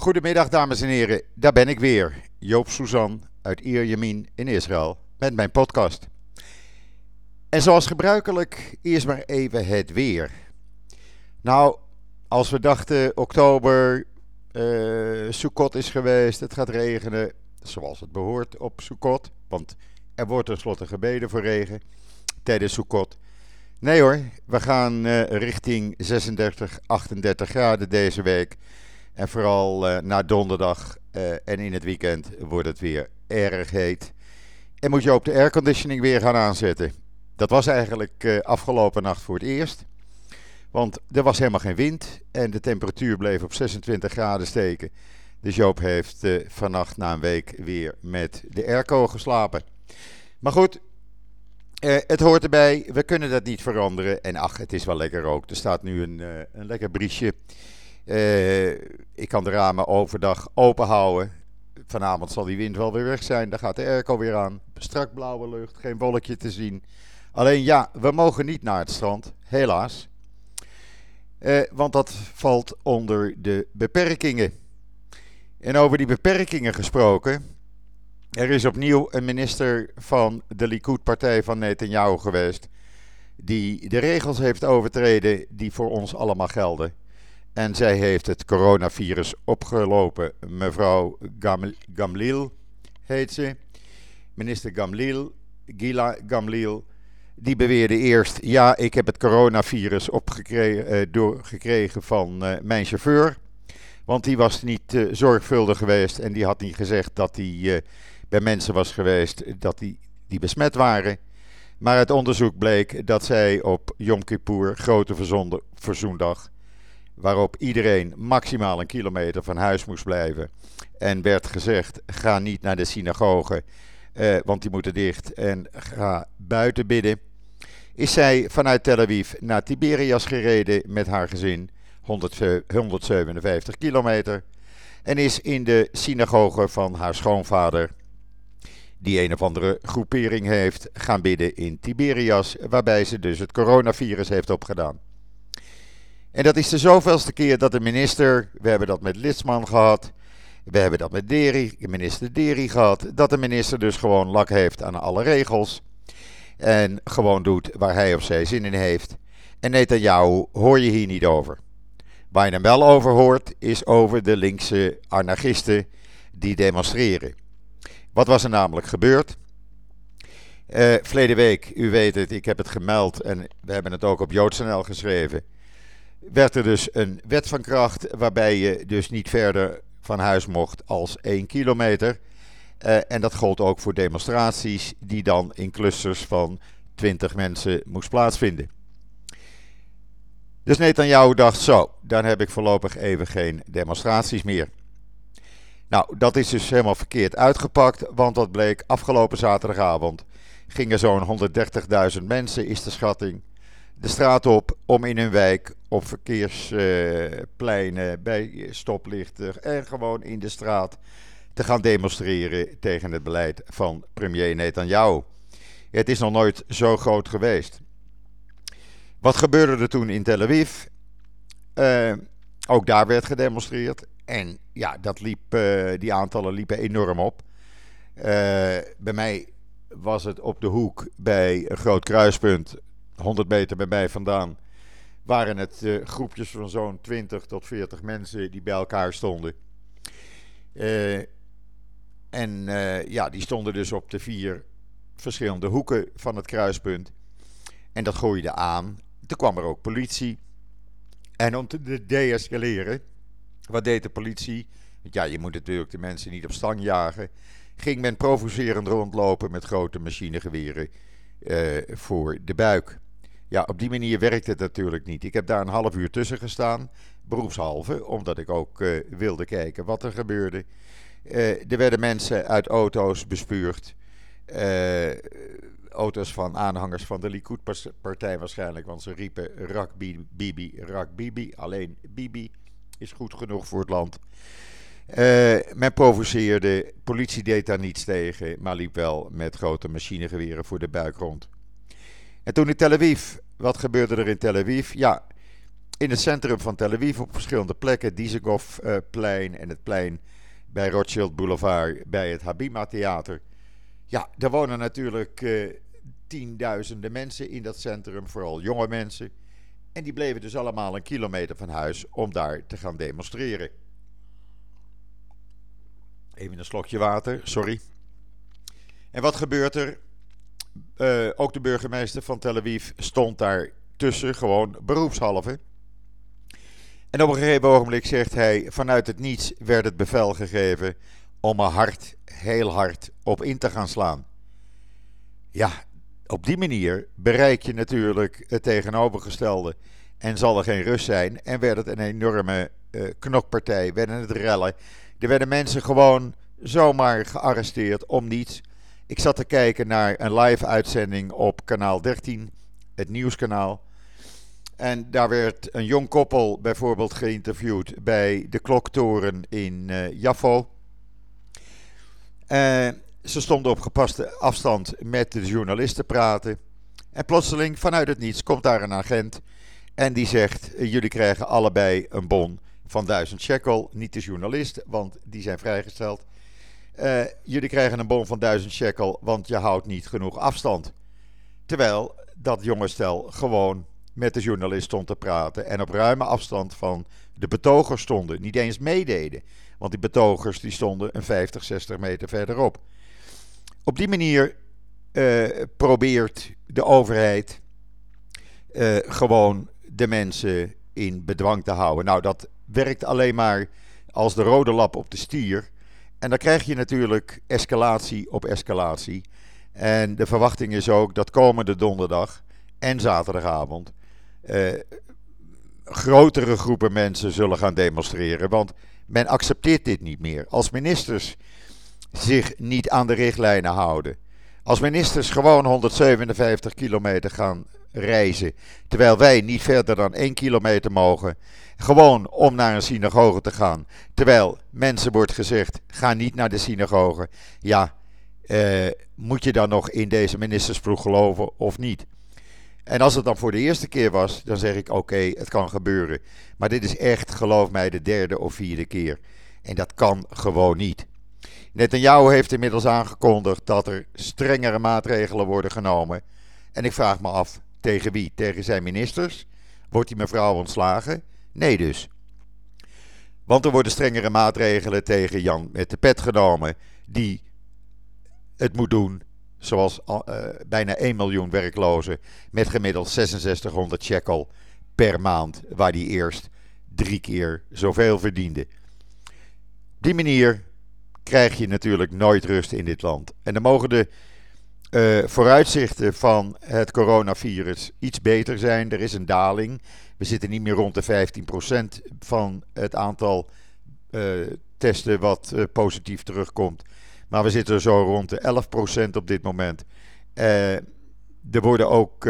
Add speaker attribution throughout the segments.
Speaker 1: Goedemiddag dames en heren, daar ben ik weer. Joop Suzan uit Ierjemien in Israël met mijn podcast. En zoals gebruikelijk, eerst maar even het weer. Nou, als we dachten oktober, Sukkot is geweest, het gaat regenen, zoals het behoort op Sukkot. Want er wordt tenslotte gebeden voor regen tijdens Sukkot. Nee hoor, we gaan richting 36, 38 graden deze week. En vooral na donderdag en in het weekend wordt het weer erg heet. En moet je ook de airconditioning weer gaan aanzetten. Dat was eigenlijk afgelopen nacht voor het eerst. Want er was helemaal geen wind en de temperatuur bleef op 26 graden steken. Dus Joop heeft vannacht na een week weer met de airco geslapen. Maar goed, het hoort erbij. We kunnen dat niet veranderen. En ach, het is wel lekker ook. Er staat nu een lekker briesje. Ik kan de ramen overdag open houden. Vanavond zal die wind wel weer weg zijn. Dan gaat de airco weer aan. Strak blauwe lucht, geen wolkje te zien. Alleen ja, we mogen niet naar het strand, helaas. Want dat valt onder de beperkingen. En over die beperkingen gesproken. Er is opnieuw een minister van de Likud-partij van Netanyahu geweest. Die de regels heeft overtreden die voor ons allemaal gelden. En zij heeft het coronavirus opgelopen. Mevrouw Gamliel heet ze. Minister Gamliel, Gila Gamliel. Die beweerde eerst, ja, ik heb het coronavirus gekregen van mijn chauffeur. Want die was niet zorgvuldig geweest en die had niet gezegd dat hij bij mensen was geweest die besmet waren. Maar het onderzoek bleek dat zij op Yom Kippur, grote verzoendag, waarop iedereen maximaal 1 kilometer van huis moest blijven. En werd gezegd, ga niet naar de synagoge, want die moeten dicht en ga buiten bidden. Is zij vanuit Tel Aviv naar Tiberias gereden met haar gezin, 157 kilometer. En is in de synagoge van haar schoonvader, die een of andere groepering heeft, gaan bidden in Tiberias, waarbij ze dus het coronavirus heeft opgedaan. En dat is de zoveelste keer dat de minister, we hebben dat met Litzman gehad, we hebben dat met minister Deri gehad, dat de minister dus gewoon lak heeft aan alle regels en gewoon doet waar hij of zij zin in heeft. En Netanyahu hoor je hier niet over. Waar je hem wel over hoort, is over de linkse anarchisten die demonstreren. Wat was er namelijk gebeurd? Verleden week, u weet het, ik heb het gemeld en we hebben het ook op JoodsNL geschreven. Werd er dus een wet van kracht waarbij je dus niet verder van huis mocht als 1 kilometer. En dat gold ook voor demonstraties die dan in clusters van 20 mensen moest plaatsvinden. Dus Netanyahu dacht zo, dan heb ik voorlopig even geen demonstraties meer. Nou, dat is dus helemaal verkeerd uitgepakt, want wat bleek afgelopen zaterdagavond gingen zo'n 130.000 mensen, is de schatting, de straat op om in hun wijk, op verkeerspleinen, bij stoplichten en gewoon in de straat te gaan demonstreren tegen het beleid van premier Netanyahu. Het is nog nooit zo groot geweest. Wat gebeurde er toen in Tel Aviv? Ook daar werd gedemonstreerd. En ja, die aantallen liepen enorm op. Bij mij was het op de hoek bij een groot kruispunt, 100 meter bij mij vandaan, waren het groepjes van zo'n 20 tot 40 mensen die bij elkaar stonden. Die stonden dus op de 4 verschillende hoeken van het kruispunt. En dat gooide aan. Toen kwam er ook politie. En om te deescaleren, wat deed de politie? Want ja, je moet natuurlijk de mensen niet op stang jagen. Ging men provocerend rondlopen met grote machinegeweren voor de buik. Ja, op die manier werkt het natuurlijk niet. Ik heb daar een half uur tussen gestaan, beroepshalve, omdat ik ook wilde kijken wat er gebeurde. Er werden mensen uit auto's bespuurd. Auto's van aanhangers van de Likud-partij waarschijnlijk, want ze riepen Rak Bibi, Rak Bibi. Alleen Bibi is goed genoeg voor het land. Men provoceerde, politie deed daar niets tegen, maar liep wel met grote machinegeweren voor de buik rond. En toen in Tel Aviv, wat gebeurde er in Tel Aviv? Ja, in het centrum van Tel Aviv op verschillende plekken. Dizengoffplein en het plein bij Rothschild Boulevard bij het Habima Theater. Ja, er wonen natuurlijk tienduizenden mensen in dat centrum, vooral jonge mensen. En die bleven dus allemaal een kilometer van huis om daar te gaan demonstreren. Even een slokje water, sorry. En wat gebeurt er? Ook de burgemeester van Tel Aviv stond daar tussen, gewoon beroepshalve. En op een gegeven ogenblik zegt hij, vanuit het niets werd het bevel gegeven om er heel hard op in te gaan slaan. Ja, op die manier bereik je natuurlijk het tegenovergestelde en zal er geen rust zijn. En werd het een enorme knokpartij, werden het rellen. Er werden mensen gewoon zomaar gearresteerd om niets. Ik zat te kijken naar een live uitzending op kanaal 13, het nieuwskanaal. En daar werd een jong koppel bijvoorbeeld geïnterviewd bij de kloktoren in Jaffo. Ze stonden op gepaste afstand met de journalisten praten. En plotseling, vanuit het niets, komt daar een agent. En die zegt, jullie krijgen allebei een bon van 1000 shekel. Niet de journalist, want die zijn vrijgesteld. Jullie krijgen een bon van 1000 shekel, want je houdt niet genoeg afstand. Terwijl dat jonge stel gewoon met de journalist stond te praten en op ruime afstand van de betogers stonden. Niet eens meededen, want die betogers die stonden een 50, 60 meter verderop. Op die manier probeert de overheid gewoon de mensen in bedwang te houden. Nou, dat werkt alleen maar als de rode lap op de stier. En dan krijg je natuurlijk escalatie op escalatie. En de verwachting is ook dat komende donderdag en zaterdagavond grotere groepen mensen zullen gaan demonstreren. Want men accepteert dit niet meer. Als ministers zich niet aan de richtlijnen houden. Als ministers gewoon 157 kilometer gaan reizen, terwijl wij niet verder dan 1 kilometer mogen, gewoon om naar een synagoge te gaan, terwijl mensen wordt gezegd, ga niet naar de synagoge. Ja, moet je dan nog in deze ministersploeg geloven of niet? En als het dan voor de eerste keer was, dan zeg ik oké, het kan gebeuren. Maar dit is echt, geloof mij, de derde of vierde keer. En dat kan gewoon niet. Netanyahu heeft inmiddels aangekondigd dat er strengere maatregelen worden genomen. En ik vraag me af, tegen wie? Tegen zijn ministers? Wordt die mevrouw ontslagen? Nee dus. Want er worden strengere maatregelen tegen Jan met de pet genomen, die het moet doen, zoals bijna 1 miljoen werklozen, met gemiddeld 6600 shekel per maand, waar die eerst 3 keer zoveel verdiende. Op die manier krijg je natuurlijk nooit rust in dit land. En dan mogen de vooruitzichten van het coronavirus iets beter zijn. Er is een daling. We zitten niet meer rond de 15% van het aantal testen wat positief terugkomt. Maar we zitten zo rond de 11% op dit moment. Er worden ook,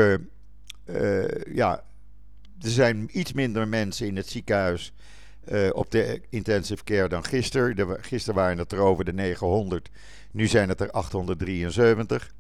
Speaker 1: er zijn iets minder mensen in het ziekenhuis op de intensive care dan gisteren. Gisteren waren het er over de 900. Nu zijn het er 873.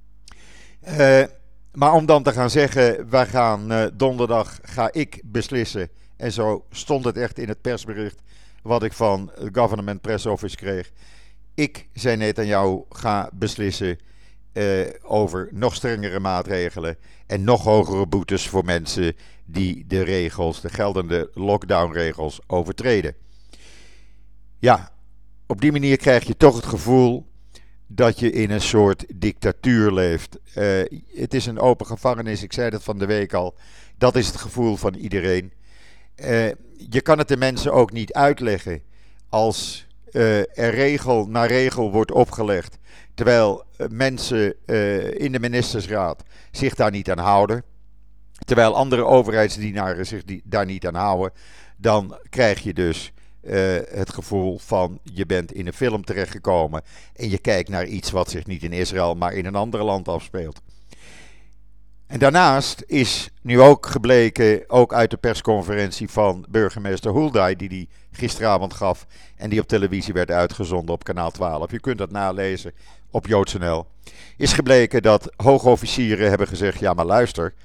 Speaker 1: Maar om dan te gaan zeggen, donderdag ga ik beslissen. En zo stond het echt in het persbericht wat ik van het Government Press Office kreeg. Ik, zei Netanyahu, ga beslissen over nog strengere maatregelen en nog hogere boetes voor mensen die de geldende lockdownregels overtreden. Ja, op die manier krijg je toch het gevoel dat je in een soort dictatuur leeft. Het is een open gevangenis, ik zei dat van de week al. Dat is het gevoel van iedereen. Je kan het de mensen ook niet uitleggen als er regel na regel wordt opgelegd, terwijl mensen in de ministersraad zich daar niet aan houden, terwijl andere overheidsdienaren zich daar niet aan houden, dan krijg je dus het gevoel van je bent in een film terechtgekomen en je kijkt naar iets wat zich niet in Israël, maar in een ander land afspeelt. En daarnaast is nu ook gebleken, ook uit de persconferentie van burgemeester Hulday, die gisteravond gaf en die op televisie werd uitgezonden op kanaal 12. Je kunt dat nalezen op JoodsNL. Is gebleken dat hoge officieren hebben gezegd, ja maar luister,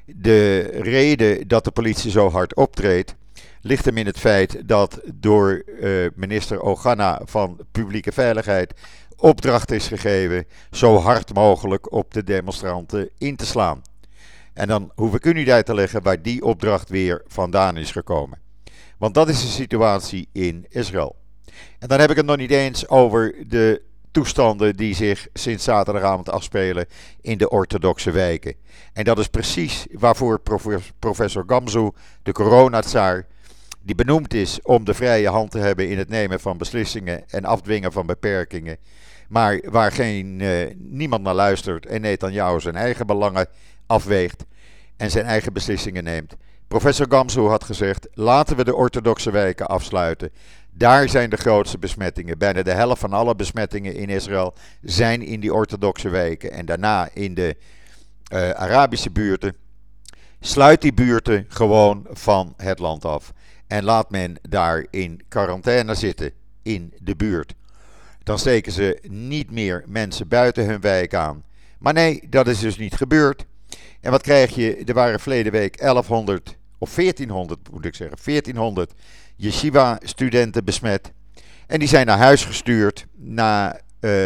Speaker 1: De reden dat de politie zo hard optreedt, ligt hem in het feit dat door minister Ogana van Publieke Veiligheid opdracht is gegeven zo hard mogelijk op de demonstranten in te slaan. En dan hoef ik u niet uit te leggen waar die opdracht weer vandaan is gekomen. Want dat is de situatie in Israël. En dan heb ik het nog niet eens over de toestanden die zich sinds zaterdagavond afspelen in de orthodoxe wijken. En dat is precies waarvoor professor Gamzu, de coronatsaar, die benoemd is om de vrije hand te hebben in het nemen van beslissingen en afdwingen van beperkingen, maar waar niemand naar luistert en Netanyahu zijn eigen belangen afweegt en zijn eigen beslissingen neemt. Professor Gamzu had gezegd, laten we de orthodoxe wijken afsluiten. Daar zijn de grootste besmettingen. Bijna de helft van alle besmettingen in Israël zijn in die orthodoxe wijken. En daarna in de Arabische buurten. Sluit die buurten gewoon van het land af. En laat men daar in quarantaine zitten in de buurt. Dan steken ze niet meer mensen buiten hun wijk aan. Maar nee, dat is dus niet gebeurd. En wat krijg je? Er waren verleden week 1100, of 1400 moet ik zeggen, 1400 yeshiva-studenten besmet. En die zijn naar huis gestuurd na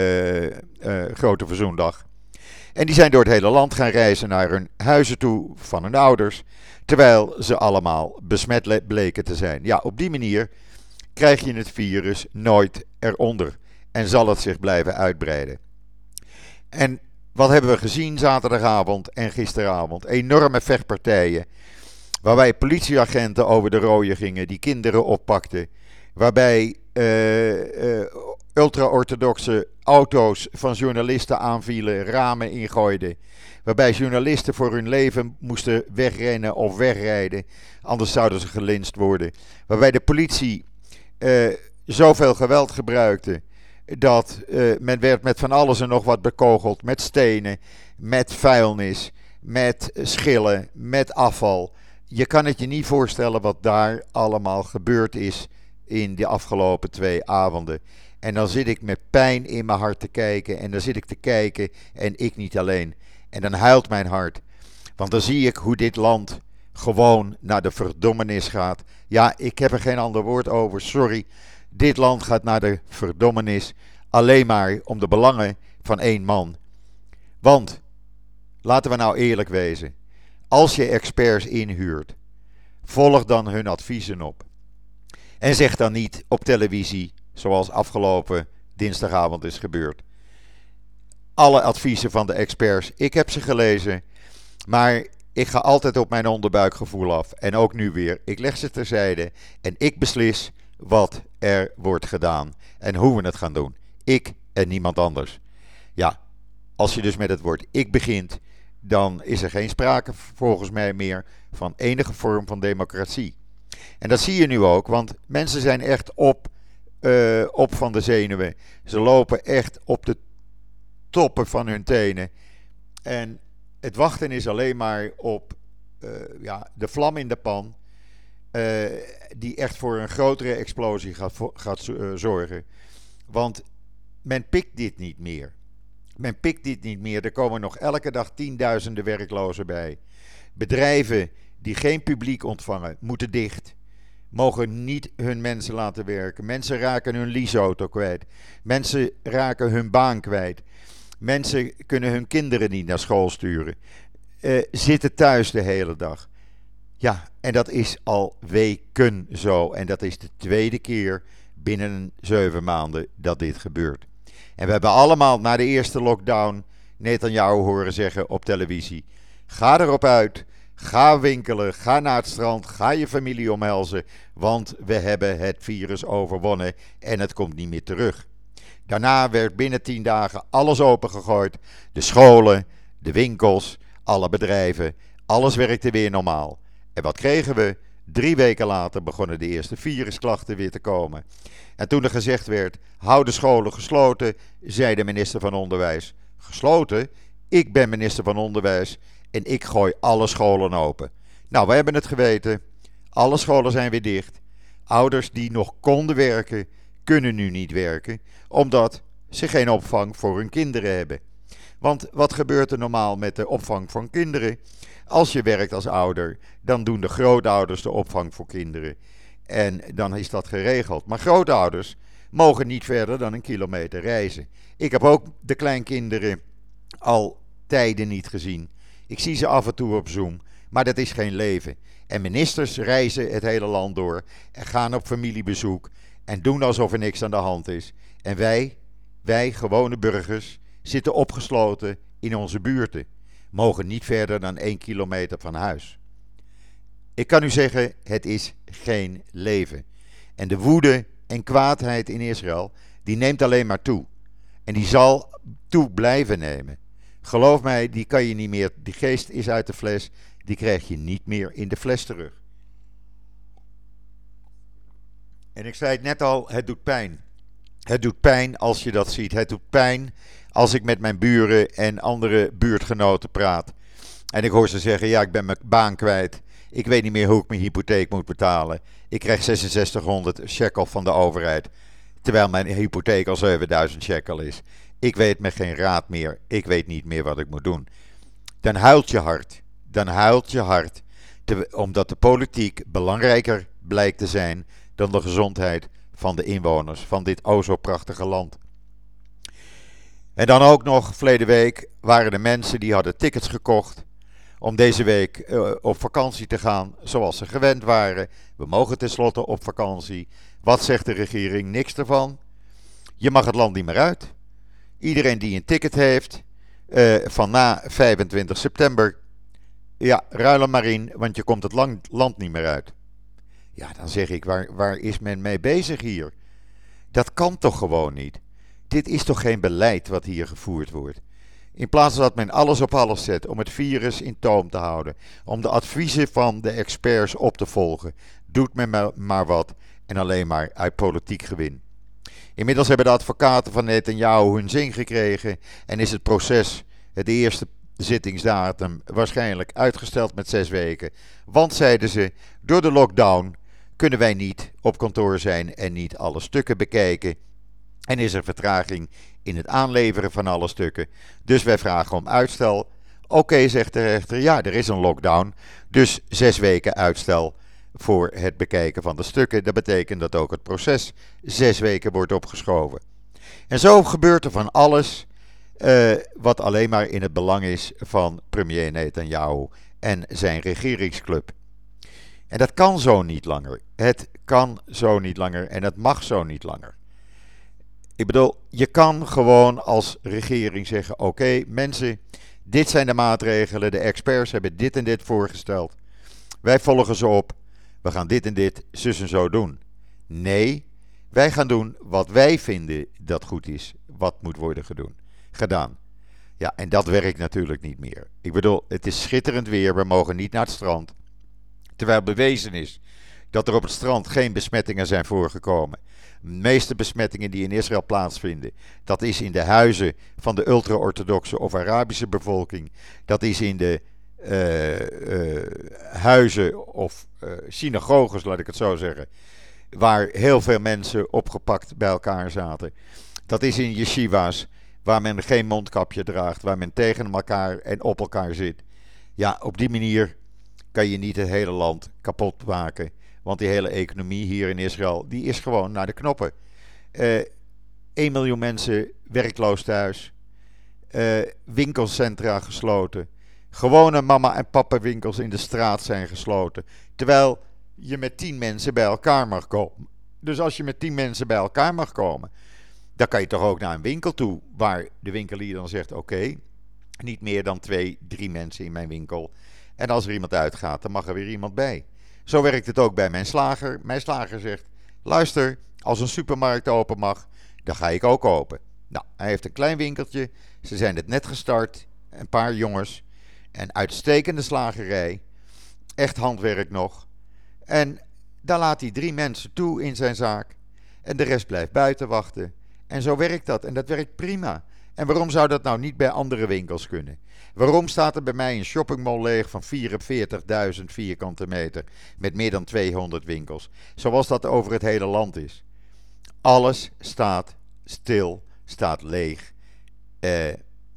Speaker 1: Grote Verzoendag. En die zijn door het hele land gaan reizen naar hun huizen toe van hun ouders. Terwijl ze allemaal besmet bleken te zijn. Ja, op die manier krijg je het virus nooit eronder. En zal het zich blijven uitbreiden. En wat hebben we gezien zaterdagavond en gisteravond? Enorme vechtpartijen. Waarbij politieagenten over de rooien gingen, die kinderen oppakten. Waarbij ultra-orthodoxe auto's van journalisten aanvielen, ramen ingooiden. Waarbij journalisten voor hun leven moesten wegrennen of wegrijden. Anders zouden ze gelinst worden. Waarbij de politie zoveel geweld gebruikte dat men werd met van alles en nog wat bekogeld. Met stenen, met vuilnis, met schillen, met afval. Je kan het je niet voorstellen wat daar allemaal gebeurd is in de afgelopen 2 avonden. En dan zit ik met pijn in mijn hart te kijken. En dan zit ik te kijken en ik niet alleen. En dan huilt mijn hart. Want dan zie ik hoe dit land gewoon naar de verdommenis gaat. Ja, ik heb er geen ander woord over, sorry. Dit land gaat naar de verdommenis alleen maar om de belangen van 1 man. Want, laten we nou eerlijk wezen. Als je experts inhuurt, volg dan hun adviezen op. En zeg dan niet op televisie, zoals afgelopen dinsdagavond is gebeurd. Alle adviezen van de experts, ik heb ze gelezen, maar ik ga altijd op mijn onderbuikgevoel af. En ook nu weer, ik leg ze terzijde en ik beslis wat er wordt gedaan en hoe we het gaan doen. Ik en niemand anders. Ja, als je dus met het woord ik begint, dan is er geen sprake volgens mij meer van enige vorm van democratie. En dat zie je nu ook, want mensen zijn echt op van de zenuwen. Ze lopen echt op de toppen van hun tenen. En het wachten is alleen maar op de vlam in de pan, die echt voor een grotere explosie gaat zorgen. Want men pikt dit niet meer. Men pikt dit niet meer. Er komen nog elke dag tienduizenden werklozen bij. Bedrijven die geen publiek ontvangen, moeten dicht. Mogen niet hun mensen laten werken. Mensen raken hun leaseauto kwijt. Mensen raken hun baan kwijt. Mensen kunnen hun kinderen niet naar school sturen. Zitten thuis de hele dag. Ja, en dat is al weken zo. En dat is de 2e keer binnen 7 maanden dat dit gebeurt. En we hebben allemaal na de eerste lockdown Netanyahu horen zeggen op televisie: ga erop uit, ga winkelen, ga naar het strand, ga je familie omhelzen, want we hebben het virus overwonnen en het komt niet meer terug. Daarna werd binnen 10 dagen alles opengegooid, de scholen, de winkels, alle bedrijven, alles werkte weer normaal. En wat kregen we? 3 weken later begonnen de eerste virusklachten weer te komen. En toen er gezegd werd, hou de scholen gesloten, zei de minister van Onderwijs: gesloten? Ik ben minister van Onderwijs en ik gooi alle scholen open. Nou, we hebben het geweten. Alle scholen zijn weer dicht. Ouders die nog konden werken, kunnen nu niet werken, omdat ze geen opvang voor hun kinderen hebben. Want wat gebeurt er normaal met de opvang van kinderen? Als je werkt als ouder, dan doen de grootouders de opvang voor kinderen. En dan is dat geregeld. Maar grootouders mogen niet verder dan een kilometer reizen. Ik heb ook de kleinkinderen al tijden niet gezien. Ik zie ze af en toe op Zoom, maar dat is geen leven. En ministers reizen het hele land door en gaan op familiebezoek en doen alsof er niks aan de hand is. En wij gewone burgers, zitten opgesloten in onze buurten, mogen niet verder dan 1 kilometer van huis. Ik kan u zeggen, het is geen leven. En de woede en kwaadheid in Israël, die neemt alleen maar toe. En die zal toe blijven nemen. Geloof mij, die kan je niet meer, die geest is uit de fles, die krijg je niet meer in de fles terug. En ik zei het net al, het doet pijn. Het doet pijn als je dat ziet. Het doet pijn als ik met mijn buren en andere buurtgenoten praat. En ik hoor ze zeggen, ja, ik ben mijn baan kwijt. Ik weet niet meer hoe ik mijn hypotheek moet betalen. Ik krijg 6600 shekel van de overheid. Terwijl mijn hypotheek al 7000 shekel is. Ik weet met geen raad meer. Ik weet niet meer wat ik moet doen. Dan huilt je hart. Dan huilt je hart. Omdat de politiek belangrijker blijkt te zijn dan de gezondheid van de inwoners van dit o zo prachtige land. En dan ook nog, verleden week waren er mensen die hadden tickets gekocht om deze week op vakantie te gaan zoals ze gewend waren. We mogen tenslotte op vakantie. Wat zegt de regering? Niks ervan. Je mag het land niet meer uit. Iedereen die een ticket heeft van na 25 september, ja, ruil hem maar in, want je komt het land niet meer uit. Ja, dan zeg ik, waar is men mee bezig hier? Dat kan toch gewoon niet? Dit is toch geen beleid wat hier gevoerd wordt? In plaats dat men alles op alles zet om het virus in toom te houden, om de adviezen van de experts op te volgen, doet men maar wat en alleen maar uit politiek gewin. Inmiddels hebben de advocaten van Netanyahu hun zin gekregen en is het proces, de eerste zittingsdatum, waarschijnlijk uitgesteld met 6 weken. Want, zeiden ze, door de lockdown kunnen wij niet op kantoor zijn en niet alle stukken bekijken. En is er vertraging in het aanleveren van alle stukken. Dus wij vragen om uitstel. Oké, zegt de rechter, ja, er is een lockdown. Dus 6 weken uitstel voor het bekijken van de stukken. Dat betekent dat ook het proces 6 weken wordt opgeschoven. En zo gebeurt er van alles wat alleen maar in het belang is van premier Netanyahu en zijn regeringsclub. En dat kan zo niet langer. Het kan zo niet langer en het mag zo niet langer. Ik bedoel, je kan gewoon als regering zeggen, oké, mensen, dit zijn de maatregelen, de experts hebben dit en dit voorgesteld. Wij volgen ze op, we gaan dit en dit, zus en zo doen. Nee, wij gaan doen wat wij vinden dat goed is, wat moet worden gedaan. Ja, en dat werkt natuurlijk niet meer. Ik bedoel, het is schitterend weer, we mogen niet naar het strand. Terwijl bewezen is dat er op het strand geen besmettingen zijn voorgekomen. De meeste besmettingen die in Israël plaatsvinden, dat is in de huizen van de ultra-orthodoxe of Arabische bevolking. Dat is in de huizen of synagoges, laat ik het zo zeggen, waar heel veel mensen opgepakt bij elkaar zaten. Dat is in yeshiva's, waar men geen mondkapje draagt, waar men tegen elkaar en op elkaar zit. Ja, op die manier kan je niet het hele land kapot maken. Want die hele economie hier in Israël, die is gewoon naar de knoppen. 1 miljoen mensen werkloos thuis. Winkelcentra gesloten. Gewone mama- en papa winkels in de straat zijn gesloten. Terwijl je met 10 mensen bij elkaar mag komen. Dus als je met 10 mensen bij elkaar mag komen, dan kan je toch ook naar een winkel toe. Waar de winkelier dan zegt, oké, niet meer dan 2, 3 mensen in mijn winkel. En als er iemand uitgaat, dan mag er weer iemand bij. Zo werkt het ook bij mijn slager. Mijn slager zegt, luister, als een supermarkt open mag, dan ga ik ook open. Nou, hij heeft een klein winkeltje. Ze zijn het net gestart. Een paar jongens. Een uitstekende slagerij. Echt handwerk nog. En daar laat hij 3 mensen toe in zijn zaak. En de rest blijft buiten wachten. En zo werkt dat. En dat werkt prima. En waarom zou dat nou niet bij andere winkels kunnen? Waarom staat er bij mij een shoppingmall leeg van 44.000 vierkante meter met meer dan 200 winkels? Zoals dat over het hele land is. Alles staat stil, staat leeg.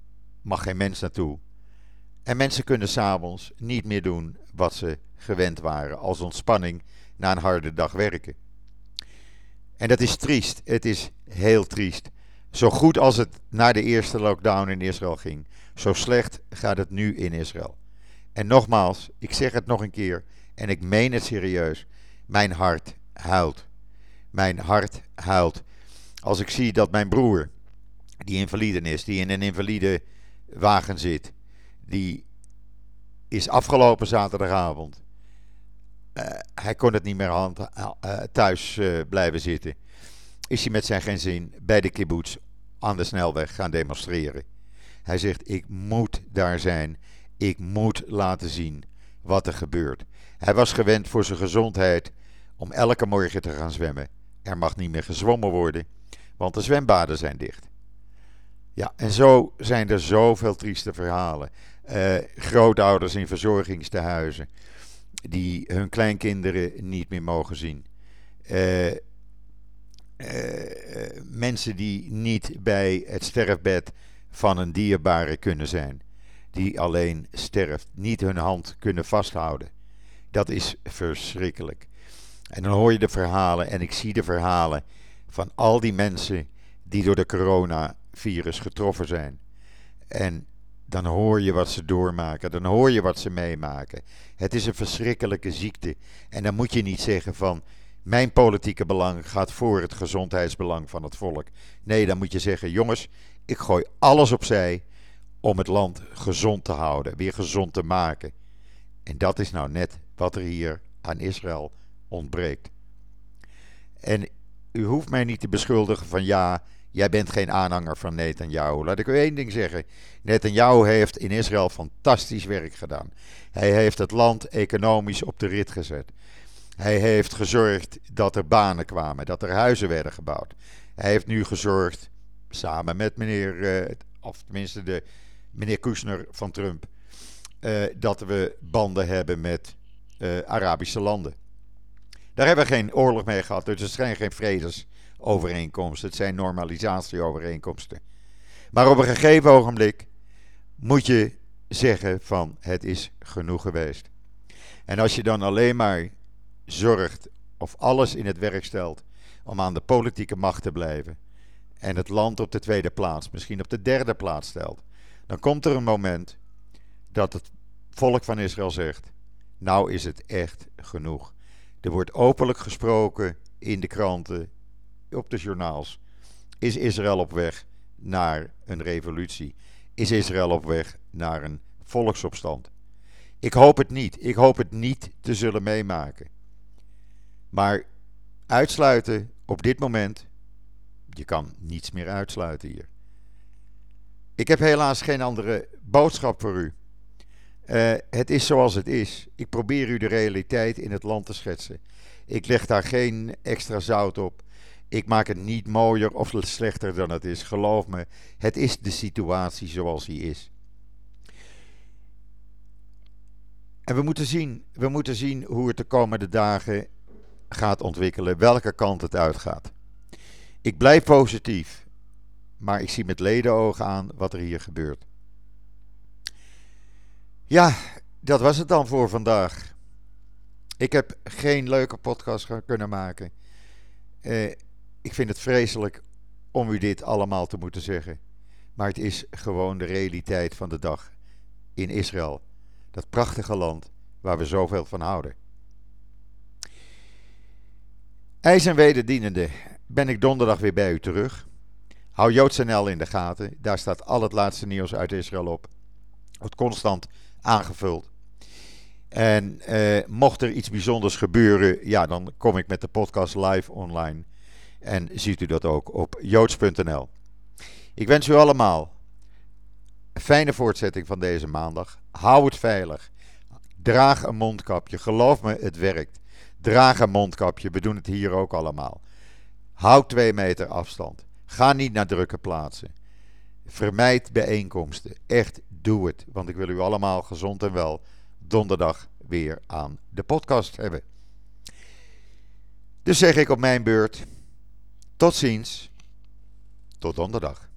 Speaker 1: mag geen mens naartoe. En mensen kunnen 's avonds niet meer doen wat ze gewend waren als ontspanning na een harde dag werken. En dat is triest. Het is heel triest. Zo goed als het na de eerste lockdown in Israël ging, zo slecht gaat het nu in Israël. En nogmaals, ik zeg het nog een keer en ik meen het serieus. Mijn hart huilt. Mijn hart huilt. Als ik zie dat mijn broer, die invalide is, die in een invalide wagen zit, die is afgelopen zaterdagavond. Hij kon het niet meer thuis blijven zitten. Is hij met zijn gezin bij de kibbutz aan de snelweg gaan demonstreren. Hij zegt, ik moet daar zijn. Ik moet laten zien wat er gebeurt. Hij was gewend voor zijn gezondheid om elke morgen te gaan zwemmen. Er mag niet meer gezwommen worden, want de zwembaden zijn dicht. Ja, en zo zijn er zoveel trieste verhalen. Grootouders in verzorgingstehuizen die hun kleinkinderen niet meer mogen zien. Mensen die niet bij het sterfbed van een dierbare kunnen zijn. Die alleen sterft, niet hun hand kunnen vasthouden. Dat is verschrikkelijk. En dan hoor je de verhalen en ik zie de verhalen van al die mensen die door de coronavirus getroffen zijn. En dan hoor je wat ze doormaken, dan hoor je wat ze meemaken. Het is een verschrikkelijke ziekte. En dan moet je niet zeggen van, mijn politieke belang gaat voor het gezondheidsbelang van het volk. Nee, dan moet je zeggen, jongens, ik gooi alles opzij om het land gezond te houden, weer gezond te maken. En dat is nou net wat er hier aan Israël ontbreekt. En u hoeft mij niet te beschuldigen van ja, jij bent geen aanhanger van Netanyahu. Laat ik u één ding zeggen. Netanyahu heeft in Israël fantastisch werk gedaan. Hij heeft het land economisch op de rit gezet. Hij heeft gezorgd dat er banen kwamen, dat er huizen werden gebouwd. Hij heeft nu gezorgd, samen met meneer Kushner van Trump, dat we banden hebben met Arabische landen. Daar hebben we geen oorlog mee gehad, dus het zijn geen vredesovereenkomsten, het zijn normalisatieovereenkomsten. Maar op een gegeven ogenblik moet je zeggen van het is genoeg geweest. En als je dan alleen maar zorgt of alles in het werk stelt om aan de politieke macht te blijven en het land op de tweede plaats, misschien op de derde plaats stelt, dan komt er een moment dat het volk van Israël zegt, nou is het echt genoeg. Er wordt openlijk gesproken in de kranten, op de journaals. Is Israël op weg naar een revolutie? Is Israël op weg naar een volksopstand? Ik hoop het niet. Ik hoop het niet te zullen meemaken. Maar uitsluiten op dit moment, je kan niets meer uitsluiten hier. Ik heb helaas geen andere boodschap voor u. Het is zoals het is. Ik probeer u de realiteit in het land te schetsen. Ik leg daar geen extra zout op. Ik maak het niet mooier of slechter dan het is. Geloof me, het is de situatie zoals die is. En we moeten zien hoe het de komende dagen gaat ontwikkelen, welke kant het uitgaat. Ik blijf positief, maar ik zie met ledenogen aan wat er hier gebeurt. Ja, dat was het dan voor vandaag. Ik heb geen leuke podcast kunnen maken. Ik vind het vreselijk om u dit allemaal te moeten zeggen. Maar het is gewoon de realiteit van de dag in Israël. Dat prachtige land waar we zoveel van houden. IJs en wederdienende ben ik donderdag weer bij u terug. Hou JoodsNL in de gaten. Daar staat al het laatste nieuws uit Israël op. Wordt constant aangevuld. En mocht er iets bijzonders gebeuren, ja, dan kom ik met de podcast live online. En ziet u dat ook op joods.nl. Ik wens u allemaal een fijne voortzetting van deze maandag. Hou het veilig. Draag een mondkapje. Geloof me, het werkt. Draag een mondkapje. We doen het hier ook allemaal. Houd 2 meter afstand. Ga niet naar drukke plaatsen. Vermijd bijeenkomsten. Echt, doe het. Want ik wil u allemaal gezond en wel donderdag weer aan de podcast hebben. Dus zeg ik op mijn beurt, tot ziens, tot donderdag.